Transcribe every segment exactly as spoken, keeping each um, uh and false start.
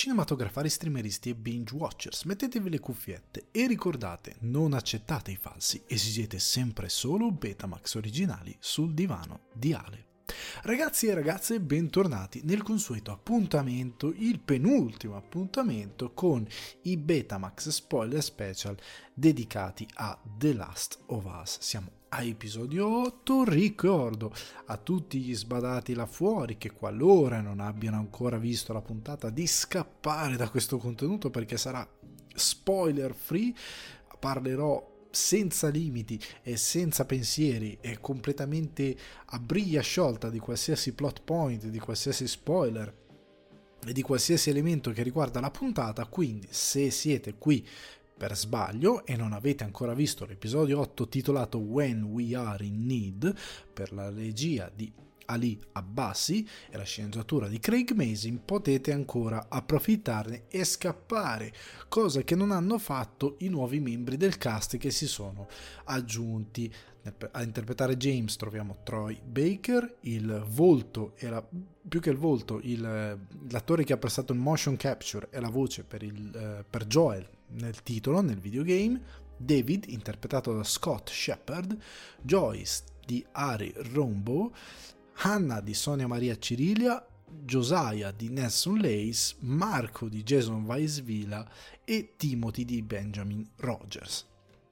cinematografari, streameristi e binge watchers, mettetevi le cuffiette e ricordate, non accettate i falsi, esigete sempre solo Betamax originali sul divano di Ale. Ragazzi e ragazze, bentornati nel consueto appuntamento, il penultimo appuntamento con i Betamax spoiler special dedicati a The Last of Us. Siamo a episodio otto. Ricordo a tutti gli sbadati là fuori che qualora non abbiano ancora visto la puntata di scappare da questo contenuto perché sarà spoiler free. Parlerò senza limiti e senza pensieri e completamente a briglia sciolta di qualsiasi plot point, di qualsiasi spoiler e di qualsiasi elemento che riguarda la puntata. Quindi se siete qui per sbaglio e non avete ancora visto l'episodio otto titolato When We Are in Need, per la regia di Ali Abbasi e la sceneggiatura di Craig Mazin, potete ancora approfittarne e scappare, cosa che non hanno fatto i nuovi membri del cast che si sono aggiunti. A interpretare James troviamo Troy Baker, il volto era più che il volto il, l'attore che ha prestato il motion capture e la voce per, il, per Joel nel titolo, nel videogame, David interpretato da Scott Shepard, Joyce di Ari Rombo, Hannah di Sonia Maria Cirilia, Josiah di Nelson Lace, Marco di Jason Weissvila e Timothy di Benjamin Rogers.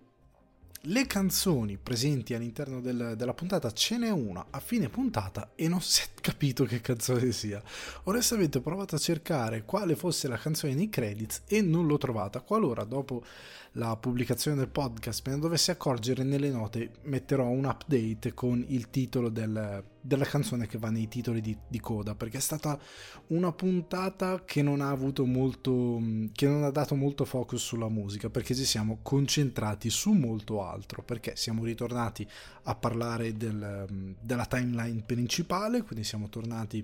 Le canzoni presenti all'interno del, della puntata ce n'è una a fine puntata e non si è capito che canzone sia. Onestamente ho provato a cercare quale fosse la canzone nei credits e non l'ho trovata. Qualora dopo la pubblicazione del podcast me ne dovessi accorgere, nelle note metterò un update con il titolo del, della canzone che va nei titoli di, di coda, perché è stata una puntata che non ha avuto molto, che non ha dato molto focus sulla musica, perché ci siamo concentrati su molto altro, perché siamo ritornati a parlare del, della timeline principale, quindi siamo tornati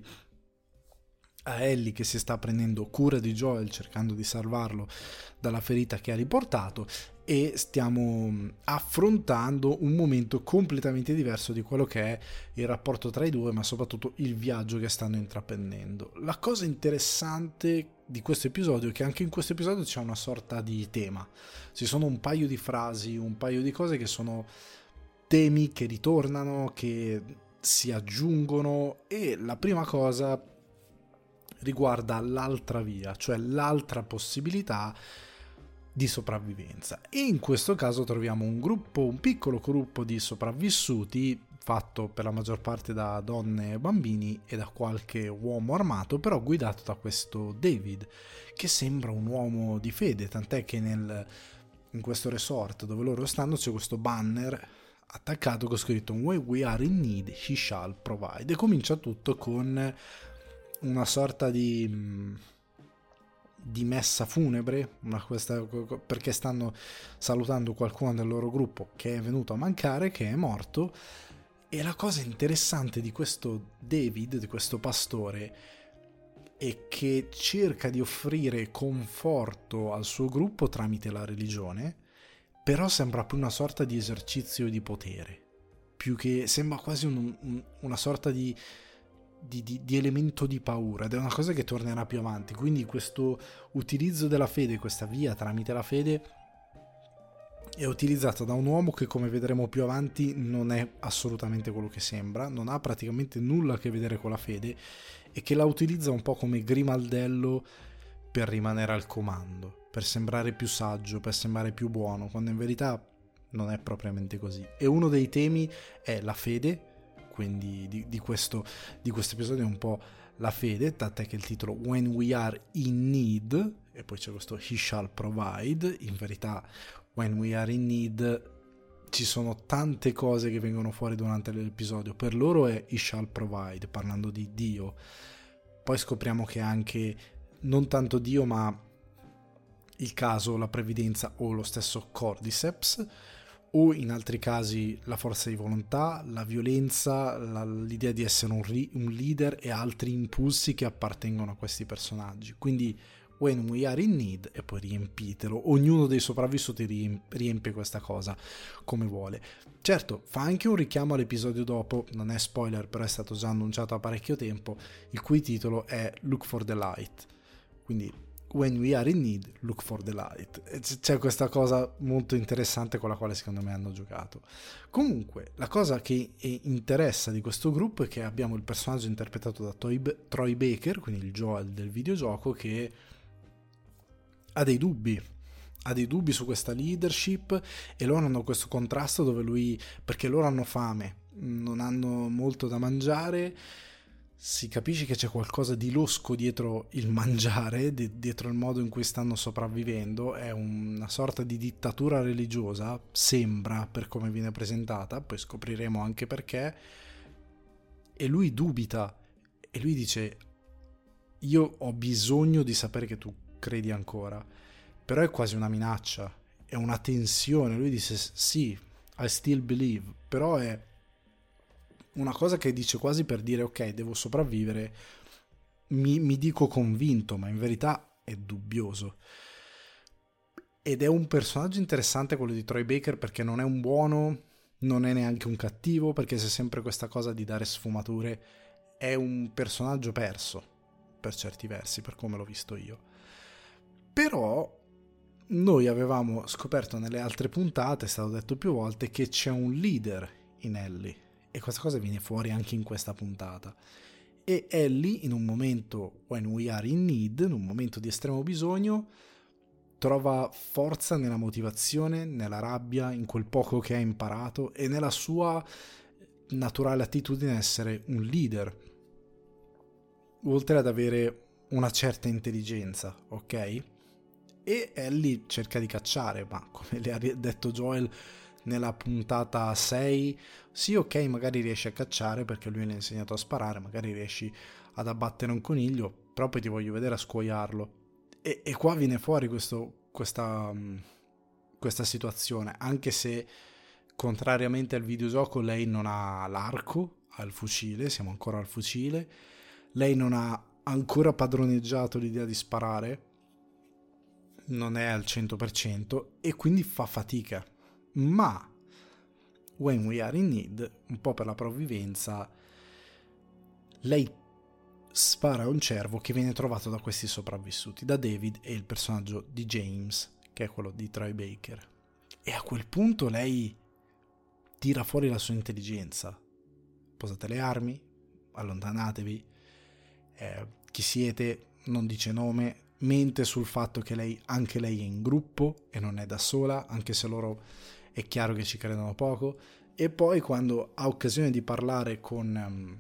a Ellie che si sta prendendo cura di Joel cercando di salvarlo dalla ferita che ha riportato, e stiamo affrontando un momento completamente diverso di quello che è il rapporto tra i due, ma soprattutto il viaggio che stanno intraprendendo. La cosa interessante di questo episodio è che anche in questo episodio c'è una sorta di tema, ci sono un paio di frasi, un paio di cose che sono temi che ritornano, che si aggiungono, e la prima cosa riguarda l'altra via, cioè l'altra possibilità di sopravvivenza, e in questo caso troviamo un gruppo, un piccolo gruppo di sopravvissuti fatto per la maggior parte da donne e bambini e da qualche uomo armato, però guidato da questo David che sembra un uomo di fede, tant'è che nel, in questo resort dove loro stanno c'è questo banner attaccato con scritto When we are in need he shall provide, e comincia tutto con una sorta di di messa funebre, una, questa, perché stanno salutando qualcuno del loro gruppo che è venuto a mancare, che è morto. E la cosa interessante di questo David, di questo pastore, è che cerca di offrire conforto al suo gruppo tramite la religione, però sembra più una sorta di esercizio di potere, più che sembra quasi un, un, una sorta di Di, di, di elemento di paura, ed è una cosa che tornerà più avanti. Quindi questo utilizzo della fede, questa via tramite la fede, è utilizzata da un uomo che, come vedremo più avanti, non è assolutamente quello che sembra, non ha praticamente nulla a che vedere con la fede, e che la utilizza un po' come grimaldello per rimanere al comando, per sembrare più saggio, per sembrare più buono, quando in verità non è propriamente così. E uno dei temi è la fede, quindi di, di, questo, di questo episodio è un po' la fede, tant'è che il titolo When we are in need, e poi c'è questo he shall provide. In verità when we are in need ci sono tante cose che vengono fuori durante l'episodio. Per loro è he shall provide, parlando di Dio. Poi scopriamo che anche non tanto Dio, ma il caso, la previdenza o lo stesso Cordyceps, o in altri casi la forza di volontà, la violenza, la, l'idea di essere un, ri, un leader e altri impulsi che appartengono a questi personaggi. Quindi when we are in need, e poi riempitelo, ognuno dei sopravvissuti riempie questa cosa come vuole. Certo, fa anche un richiamo all'episodio dopo, non è spoiler, però è stato già annunciato da parecchio tempo, il cui titolo è Look for the Light. Quindi when we are in need, look for the light. C'è questa cosa molto interessante con la quale secondo me hanno giocato. Comunque, la cosa che interessa di questo gruppo è che abbiamo il personaggio interpretato da Troy Baker, quindi il Joel del videogioco, che ha dei dubbi ha dei dubbi su questa leadership, e loro hanno questo contrasto dove lui, perché loro hanno fame, non hanno molto da mangiare, si capisce che c'è qualcosa di losco dietro il mangiare, di, dietro il modo in cui stanno sopravvivendo. È una sorta di dittatura religiosa, sembra, per come viene presentata, poi scopriremo anche perché. E lui dubita, e lui dice: io ho bisogno di sapere che tu credi ancora. Però è quasi una minaccia, è una tensione. Lui dice sì, I still believe, però è una cosa che dice quasi per dire ok, devo sopravvivere, mi, mi dico convinto, ma in verità è dubbioso. Ed è un personaggio interessante quello di Troy Baker, perché non è un buono, non è neanche un cattivo, perché c'è sempre questa cosa di dare sfumature. È un personaggio perso, per certi versi, per come l'ho visto io. Però noi avevamo scoperto nelle altre puntate, è stato detto più volte, che c'è un leader in Ellie, e questa cosa viene fuori anche in questa puntata. E Ellie, in un momento, when we are in need, in un momento di estremo bisogno, trova forza nella motivazione, nella rabbia, in quel poco che ha imparato e nella sua naturale attitudine a essere un leader, oltre ad avere una certa intelligenza, ok? E Ellie cerca di cacciare, ma come le ha detto Joel nella puntata sei, sì, ok, magari riesci a cacciare perché lui le ha insegnato a sparare, magari riesci ad abbattere un coniglio, però poi ti voglio vedere a scuoiarlo. E, e qua viene fuori questo, questa, questa situazione, anche se contrariamente al videogioco lei non ha l'arco, ha il fucile, siamo ancora al fucile, lei non ha ancora padroneggiato l'idea di sparare, non è al cento per cento e quindi fa fatica. Ma when we are in need, un po' per la provvidenza, lei spara a un cervo che viene trovato da questi sopravvissuti, da David e il personaggio di James, che è quello di Troy Baker. E a quel punto lei tira fuori la sua intelligenza. Posate le armi, allontanatevi, eh, chi siete, non dice nome, mente sul fatto che lei, anche lei è in gruppo e non è da sola, anche se loro è chiaro che ci credono poco. E poi quando ha occasione di parlare con um,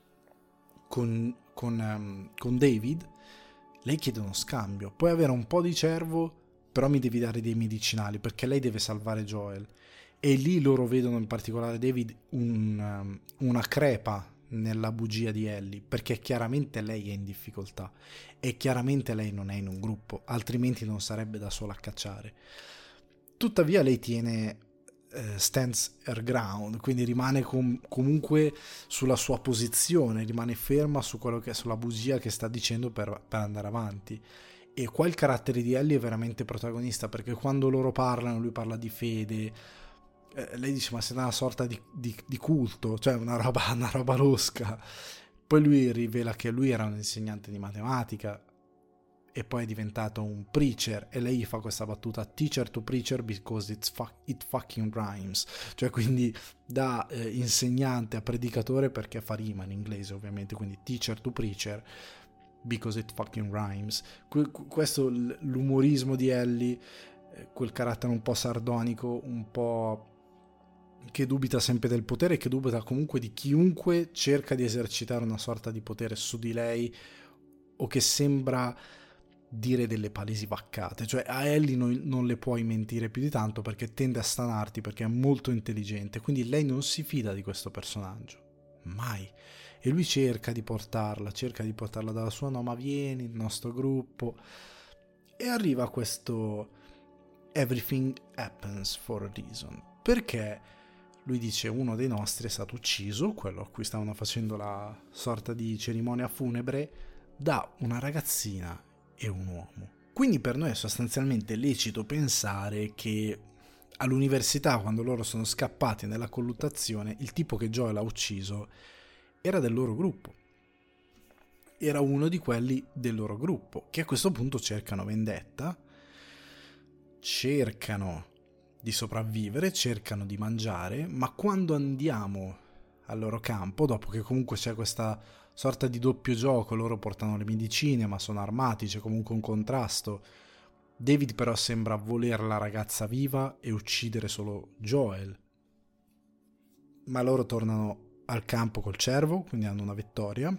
con, con, um, con David, lei chiede uno scambio: puoi avere un po' di cervo, però mi devi dare dei medicinali, perché lei deve salvare Joel. E lì loro vedono, in particolare David, un, um, una crepa nella bugia di Ellie, perché chiaramente lei è in difficoltà e chiaramente lei non è in un gruppo, altrimenti non sarebbe da sola a cacciare. Tuttavia lei tiene eh, stands her ground, quindi rimane com- comunque sulla sua posizione, rimane ferma su quello che, sulla bugia che sta dicendo per, per andare avanti. E qua il carattere di Ellie è veramente protagonista, perché quando loro parlano, lui parla di fede, eh, lei dice ma siete una sorta di, di, di culto, cioè una roba, una roba losca. Poi lui rivela che lui era un insegnante di matematica e poi è diventato un preacher, e lei fa questa battuta: teacher to preacher because it's fu- it fucking rhymes, cioè quindi da eh, insegnante a predicatore, perché fa rima in inglese ovviamente, quindi teacher to preacher because it fucking rhymes. Que- questo l'umorismo di Ellie, eh, quel carattere un po' sardonico, un po' che dubita sempre del potere, che dubita comunque di chiunque cerca di esercitare una sorta di potere su di lei, o che sembra dire delle palesi vaccate. Cioè a Ellie non, non le puoi mentire più di tanto, perché tende a stanarti, perché è molto intelligente, quindi lei non si fida di questo personaggio, mai. E lui cerca di portarla, cerca di portarla dalla sua: no ma vieni, il nostro gruppo. E arriva a questo everything happens for a reason, perché lui dice uno dei nostri è stato ucciso, quello a cui stavano facendo la sorta di cerimonia funebre, da una ragazzina e un uomo. Quindi per noi è sostanzialmente lecito pensare che all'università, quando loro sono scappati nella colluttazione, il tipo che Joel ha ucciso era del loro gruppo. era uno di quelli del loro gruppo, che a questo punto cercano vendetta, cercano di sopravvivere, cercano di mangiare, ma quando andiamo al loro campo, dopo che comunque c'è questa sorta di doppio gioco, loro portano le medicine ma sono armati, c'è comunque un contrasto, David però sembra voler la ragazza viva e uccidere solo Joel, ma loro tornano al campo col cervo, quindi hanno una vittoria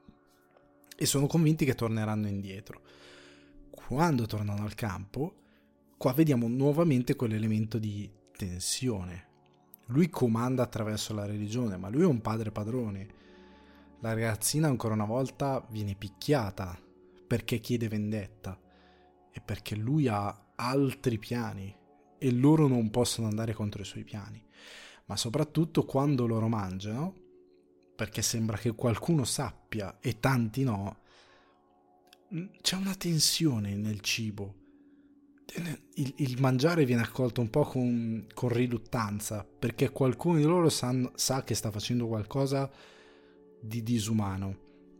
e sono convinti che torneranno indietro. Quando tornano al campo, qua vediamo nuovamente quell'elemento di tensione. Lui comanda attraverso la religione, ma lui è un padre padrone. La ragazzina ancora una volta viene picchiata perché chiede vendetta e perché lui ha altri piani e loro non possono andare contro i suoi piani. Ma soprattutto quando loro mangiano, perché sembra che qualcuno sappia e tanti no, c'è una tensione nel cibo. Il, il mangiare viene accolto un po' con, con riluttanza, perché qualcuno di loro sa, sa che sta facendo qualcosa di disumano.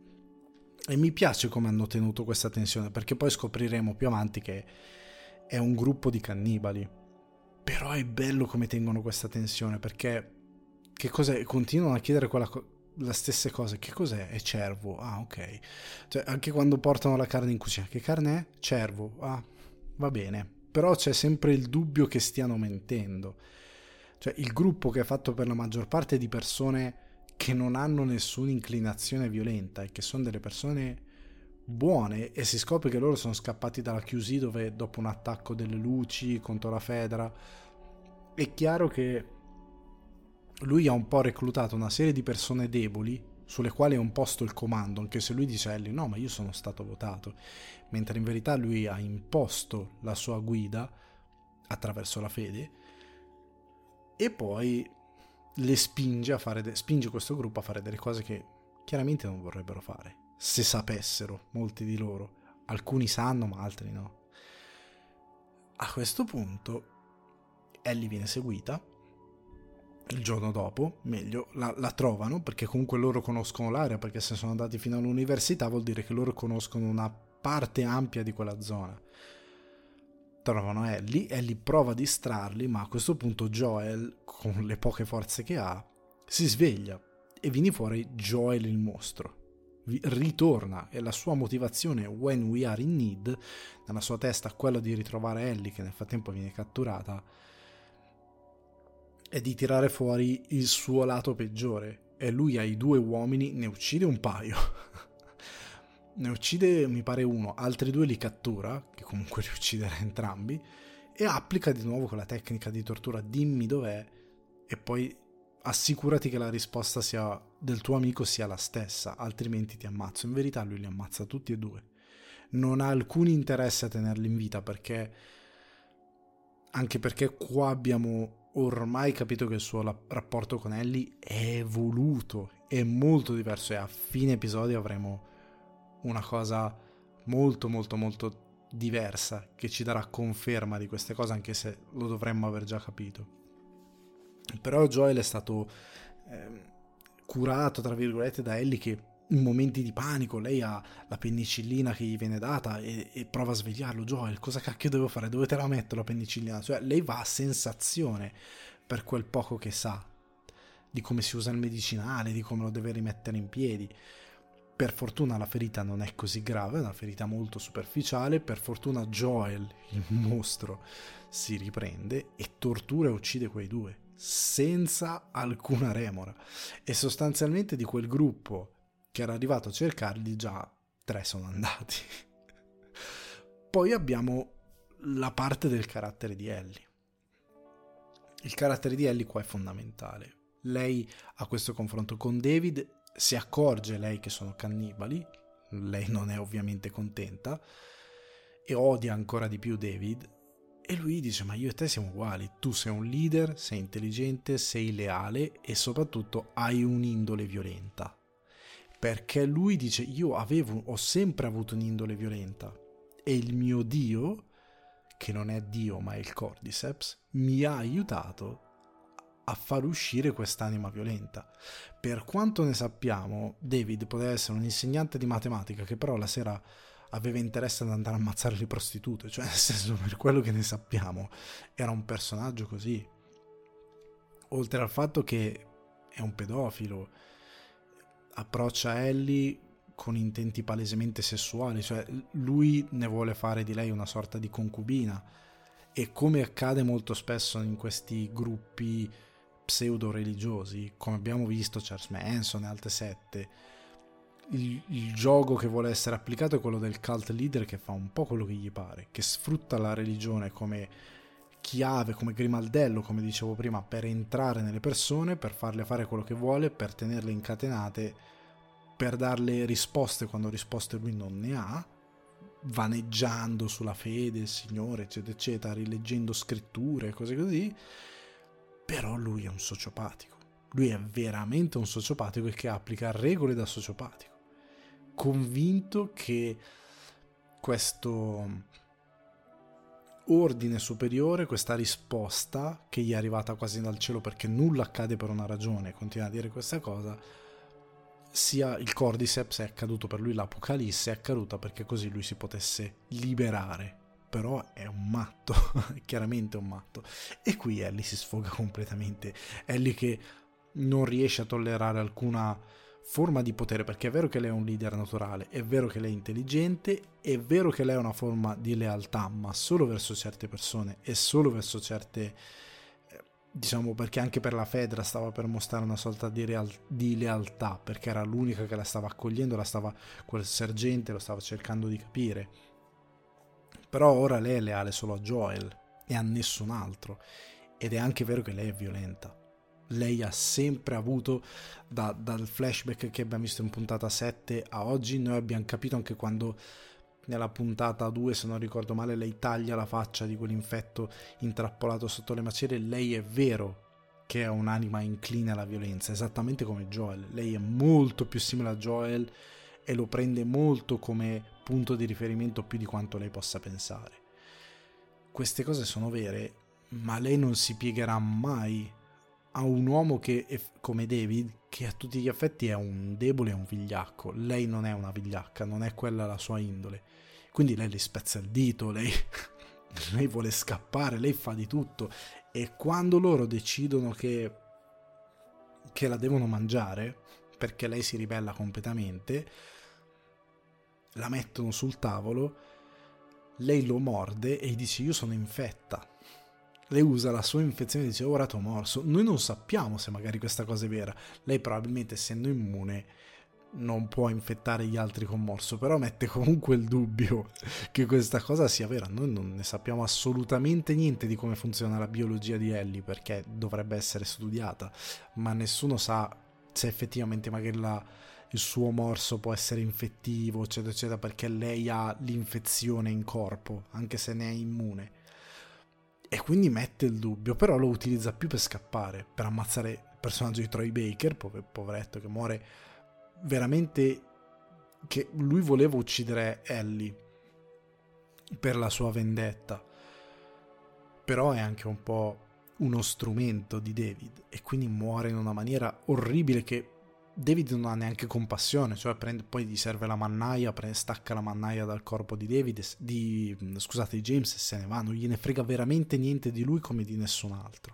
E mi piace come hanno tenuto questa tensione, perché poi scopriremo più avanti che è un gruppo di cannibali. Però è bello come tengono questa tensione, perché che cos'è? Continuano a chiedere quella co- le stesse cose. Che cos'è? È cervo. Ah, ok. Cioè, anche quando portano la carne in cucina, che carne è? Cervo. Ah, va bene. Però c'è sempre il dubbio che stiano mentendo. Cioè, il gruppo, che è fatto per la maggior parte di persone che non hanno nessuna inclinazione violenta e che sono delle persone buone, e si scopre che loro sono scappati dalla Q S dove dopo un attacco delle luci contro la Fedra, è chiaro che lui ha un po' reclutato una serie di persone deboli sulle quali ha imposto il comando, anche se lui dice a Ellie no, ma io sono stato votato, mentre in verità lui ha imposto la sua guida attraverso la fede e poi le spinge a fare de- spinge questo gruppo a fare delle cose che chiaramente non vorrebbero fare, se sapessero, molti di loro. Alcuni sanno, ma altri no. A questo punto Ellie viene seguita. Il giorno dopo, meglio, la, la trovano, perché comunque loro conoscono l'area, perché se sono andati fino all'università vuol dire che loro conoscono una parte ampia di quella zona. Trovano Ellie, Ellie prova a distrarli, ma a questo punto Joel, con le poche forze che ha, si sveglia e viene fuori Joel il mostro. Ritorna e la sua motivazione when we are in need, nella sua testa quella di ritrovare Ellie, che nel frattempo viene catturata, è di tirare fuori il suo lato peggiore. E lui ha i due uomini, ne uccide un paio ne uccide mi pare uno, altri due li cattura, che comunque li ucciderà entrambi, e applica di nuovo quella tecnica di tortura, dimmi dov'è e poi assicurati che la risposta sia del tuo amico sia la stessa, altrimenti ti ammazzo. In verità lui li ammazza tutti e due, non ha alcun interesse a tenerli in vita, perché anche perché qua abbiamo ormai capito che il suo la- rapporto con Ellie è evoluto, è molto diverso, e a fine episodio avremo una cosa molto molto molto diversa che ci darà conferma di queste cose, anche se lo dovremmo aver già capito. Però Joel è stato eh, curato tra virgolette da Ellie, che in momenti di panico lei ha la penicillina che gli viene data e, e prova a svegliarlo. Joel, cosa cacchio devo fare? Dove te la metto la penicillina? Cioè lei va a sensazione per quel poco che sa di come si usa il medicinale, di come lo deve rimettere in piedi. Per fortuna la ferita non è così grave, è una ferita molto superficiale. Per fortuna Joel, il mostro, si riprende e tortura e uccide quei due senza alcuna remora. E sostanzialmente di quel gruppo che era arrivato a cercarli, già tre sono andati. Poi abbiamo la parte del carattere di Ellie. Il carattere di Ellie qua è fondamentale. Lei ha questo confronto con David, si accorge lei che sono cannibali, lei non è ovviamente contenta e odia ancora di più David, e lui dice ma io e te siamo uguali, tu sei un leader, sei intelligente, sei leale e soprattutto hai un'indole violenta. Perché lui dice io avevo, ho sempre avuto un'indole violenta e il mio Dio, che non è Dio ma è il Cordyceps, mi ha aiutato a far uscire quest'anima violenta. Per quanto ne sappiamo, David poteva essere un insegnante di matematica che però la sera aveva interesse ad andare a ammazzare le prostitute, cioè nel senso, per quello che ne sappiamo era un personaggio così. Oltre al fatto che è un pedofilo, approccia Ellie con intenti palesemente sessuali, cioè lui ne vuole fare di lei una sorta di concubina, e come accade molto spesso in questi gruppi pseudo religiosi, come abbiamo visto Charles Manson e altre sette, il, il gioco che vuole essere applicato è quello del cult leader che fa un po' quello che gli pare, che sfrutta la religione come chiave, come grimaldello, come dicevo prima, per entrare nelle persone, per farle fare quello che vuole, per tenerle incatenate, per darle risposte quando risposte lui non ne ha, vaneggiando sulla fede, il Signore, eccetera, eccetera, rileggendo scritture, cose così. Però lui è un sociopatico. Lui è veramente un sociopatico e che applica regole da sociopatico. Convinto che questo ordine superiore, questa risposta che gli è arrivata quasi dal cielo perché nulla accade per una ragione, continua a dire questa cosa, sia il Cordyceps, è accaduto per lui, l'Apocalisse è accaduta perché così lui si potesse liberare. Però è un matto, è chiaramente un matto. E qui Ellie si sfoga completamente. Ellie che non riesce a tollerare alcuna forma di potere, perché è vero che lei è un leader naturale, è vero che lei è intelligente, è vero che lei ha una forma di lealtà, ma solo verso certe persone e solo verso certe, diciamo, perché anche per la Fedra stava per mostrare una sorta di, real, di lealtà, perché era l'unica che la stava accogliendo, la stava, quel sergente lo stava cercando di capire. Però ora lei è leale solo a Joel e a nessun altro, ed è anche vero che lei è violenta. Lei ha sempre avuto, da, dal flashback che abbiamo visto in puntata sette a oggi, noi abbiamo capito anche quando nella puntata due, se non ricordo male, lei taglia la faccia di quell'infetto intrappolato sotto le macerie. Lei è vero che è un'anima incline alla violenza, esattamente come Joel. Lei è molto più simile a Joel e lo prende molto come punto di riferimento più di quanto lei possa pensare. Queste cose sono vere, ma lei non si piegherà mai a un uomo che è come David, che a tutti gli effetti è un debole e un vigliacco. Lei non è una vigliacca, non è quella la sua indole, quindi lei le spezza il dito, lei, lei vuole scappare, lei fa di tutto, e quando loro decidono che che la devono mangiare perché lei si ribella completamente, la mettono sul tavolo, lei lo morde e gli dice io sono infetta. Lei usa la sua infezione e dice ora t'ho morso. Noi non sappiamo se magari questa cosa è vera. Lei probabilmente, essendo immune, non può infettare gli altri con morso, però mette comunque il dubbio che questa cosa sia vera. Noi non ne sappiamo assolutamente niente di come funziona la biologia di Ellie, perché dovrebbe essere studiata, ma nessuno sa se effettivamente magari la, il suo morso può essere infettivo, eccetera eccetera, perché lei ha l'infezione in corpo anche se ne è immune, e quindi mette il dubbio, però lo utilizza più per scappare, per ammazzare il personaggio di Troy Baker, poveretto, che muore veramente, che lui voleva uccidere Ellie per la sua vendetta, però è anche un po' uno strumento di David, e quindi muore in una maniera orribile che David non ha neanche compassione, cioè prende, poi gli serve la mannaia, prende, stacca la mannaia dal corpo di David, di, scusate, di James, e se ne va, non gliene frega veramente niente di lui come di nessun altro.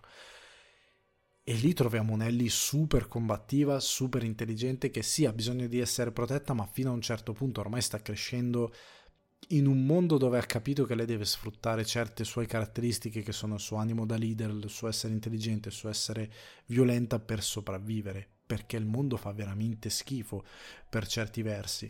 E lì troviamo un'Ellie super combattiva, super intelligente, che sì, ha bisogno di essere protetta, ma fino a un certo punto ormai sta crescendo in un mondo dove ha capito che lei deve sfruttare certe sue caratteristiche, che sono il suo animo da leader, il suo essere intelligente, il suo essere violenta, per sopravvivere, perché il mondo fa veramente schifo per certi versi.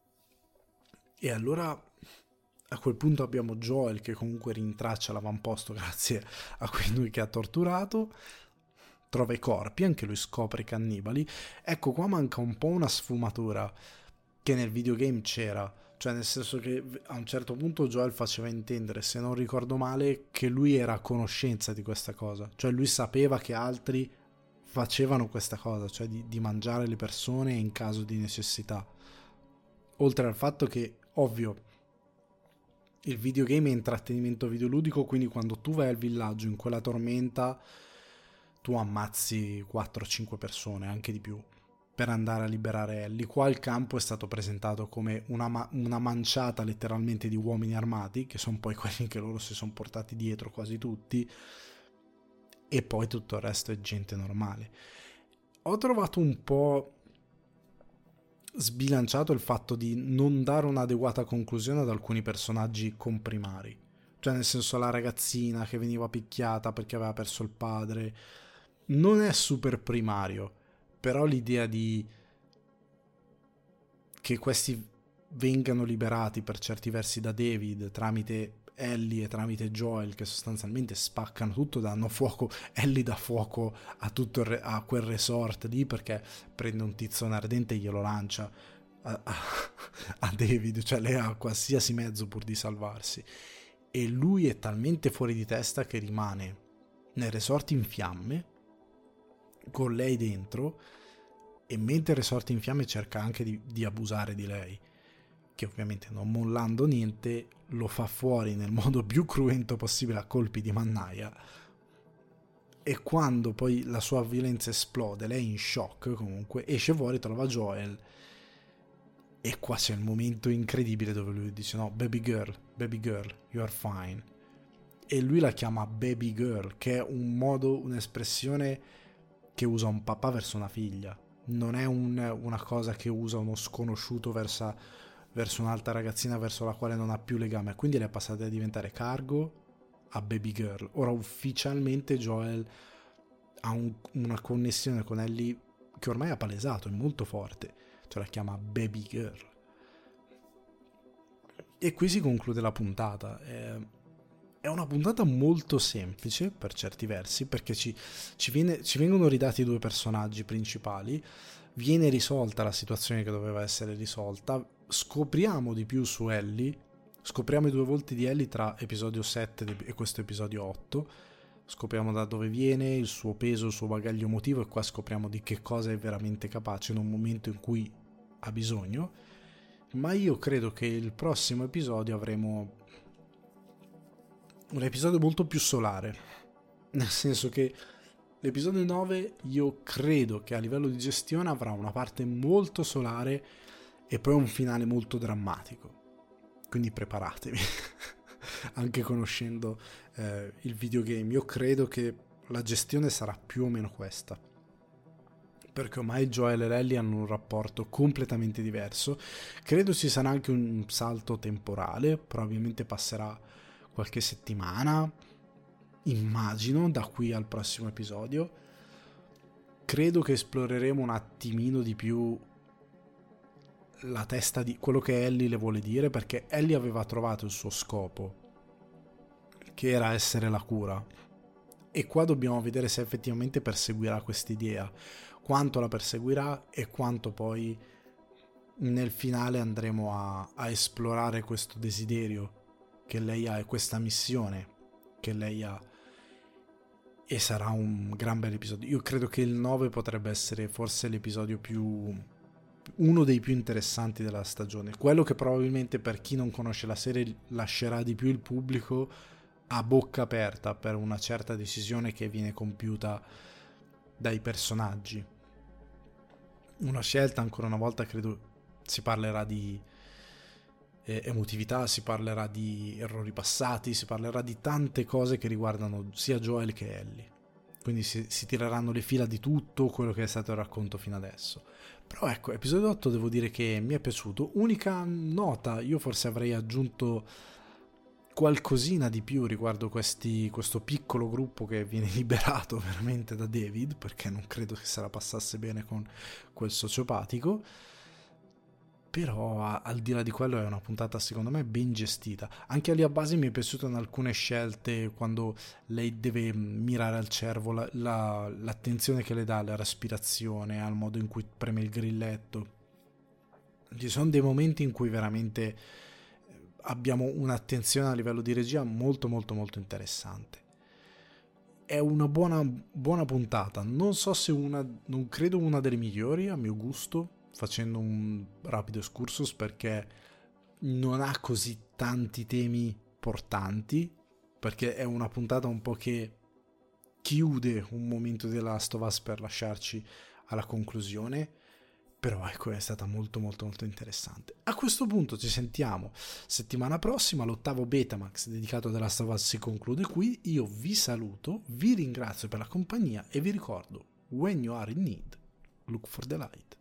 E allora a quel punto abbiamo Joel che comunque rintraccia l'avamposto grazie a quei due che ha torturato, trova i corpi, anche lui scopre i cannibali. Ecco, qua manca un po' una sfumatura che nel videogame c'era, cioè nel senso che a un certo punto Joel faceva intendere, se non ricordo male, che lui era a conoscenza di questa cosa, cioè lui sapeva che altri facevano questa cosa, cioè di, di mangiare le persone in caso di necessità. Oltre al fatto che, ovvio, il videogame è intrattenimento videoludico, quindi quando tu vai al villaggio in quella tormenta tu ammazzi quattro cinque persone, anche di più, per andare a liberare Ellie. Qua il campo è stato presentato come una, ma- una manciata letteralmente di uomini armati, che sono poi quelli che loro si sono portati dietro quasi tutti, e poi tutto il resto è gente normale. Ho trovato un po' sbilanciato il fatto di non dare un'adeguata conclusione ad alcuni personaggi comprimari, cioè nel senso la ragazzina che veniva picchiata perché aveva perso il padre non è super primario, però l'idea di che questi vengano liberati per certi versi da David tramite Ellie e tramite Joel, che sostanzialmente spaccano tutto, danno fuoco, Ellie dà fuoco a tutto il re- a quel resort lì perché prende un tizzone ardente e glielo lancia a, a, a David, cioè lei ha qualsiasi mezzo pur di salvarsi, e lui è talmente fuori di testa che rimane nel resort in fiamme con lei dentro, e mentre il resort in fiamme cerca anche di, di abusare di lei, che ovviamente non mollando niente lo fa fuori nel modo più cruento possibile a colpi di mannaia, e quando poi la sua violenza esplode, lei in shock comunque esce fuori, trova Joel, e qua c'è il momento incredibile dove lui dice no, baby girl, baby girl, you are fine, e lui la chiama baby girl, che è un modo, un'espressione che usa un papà verso una figlia, non è un, una cosa che usa uno sconosciuto verso, verso un'altra ragazzina verso la quale non ha più legame, quindi lei è passata a diventare cargo a baby girl. Ora ufficialmente Joel ha un, una connessione con Ellie che ormai ha palesato, è molto forte, cioè la chiama baby girl, e qui si conclude la puntata. È, è una puntata molto semplice per certi versi, perché ci, ci, viene, ci vengono ridati i due personaggi principali, viene risolta la situazione che doveva essere risolta, scopriamo di più su Ellie, scopriamo i due volti di Ellie tra episodio sette e questo episodio otto, scopriamo da dove viene, il suo peso, il suo bagaglio emotivo, e qua scopriamo di che cosa è veramente capace in un momento in cui ha bisogno. Ma io credo che il prossimo episodio avremo un episodio molto più solare, nel senso che l'episodio nove io credo che a livello di gestione avrà una parte molto solare e poi un finale molto drammatico, quindi preparatevi. Anche conoscendo eh, il videogame, io credo che la gestione sarà più o meno questa, perché ormai Joel e Ellie hanno un rapporto completamente diverso. Credo ci sarà anche un salto temporale, probabilmente passerà qualche settimana, immagino, da qui al prossimo episodio. Credo che esploreremo un attimino di più la testa di quello che Ellie le vuole dire, perché Ellie aveva trovato il suo scopo, che era essere la cura, e qua dobbiamo vedere se effettivamente perseguirà quest'idea, quanto la perseguirà e quanto poi nel finale andremo a, a esplorare questo desiderio che lei ha e questa missione che lei ha, e sarà un gran bel episodio. Io credo che il nove potrebbe essere forse l'episodio più, uno dei più interessanti della stagione, quello che probabilmente per chi non conosce la serie lascerà di più il pubblico a bocca aperta per una certa decisione che viene compiuta dai personaggi. Una scelta, ancora una volta credo si parlerà di eh, emotività, si parlerà di errori passati, si parlerà di tante cose che riguardano sia Joel che Ellie, quindi si, si tireranno le fila di tutto quello che è stato il racconto fino adesso. Però ecco, episodio otto devo dire che mi è piaciuto. Unica nota, io forse avrei aggiunto qualcosina di più riguardo questi, questo piccolo gruppo che viene liberato veramente da David, perché non credo che se la passasse bene con quel sociopatico. Però a, al di là di quello è una puntata secondo me ben gestita. Anche lì a base mi è piaciuto in alcune scelte, quando lei deve mirare al cervo, la, la, l'attenzione che le dà alla respirazione, al modo in cui preme il grilletto. Ci sono dei momenti in cui veramente abbiamo un'attenzione a livello di regia molto molto molto interessante. È una buona, buona puntata, non so se una, non credo una delle migliori a mio gusto, facendo un rapido excursus, perché non ha così tanti temi portanti, perché è una puntata un po' che chiude un momento della Last of Us per lasciarci alla conclusione, però ecco, è stata molto molto molto interessante. A questo punto ci sentiamo settimana prossima, l'ottavo Betamax dedicato a The Last of Us si conclude qui. Io vi saluto, vi ringrazio per la compagnia e vi ricordo: when you are in need, look for the light.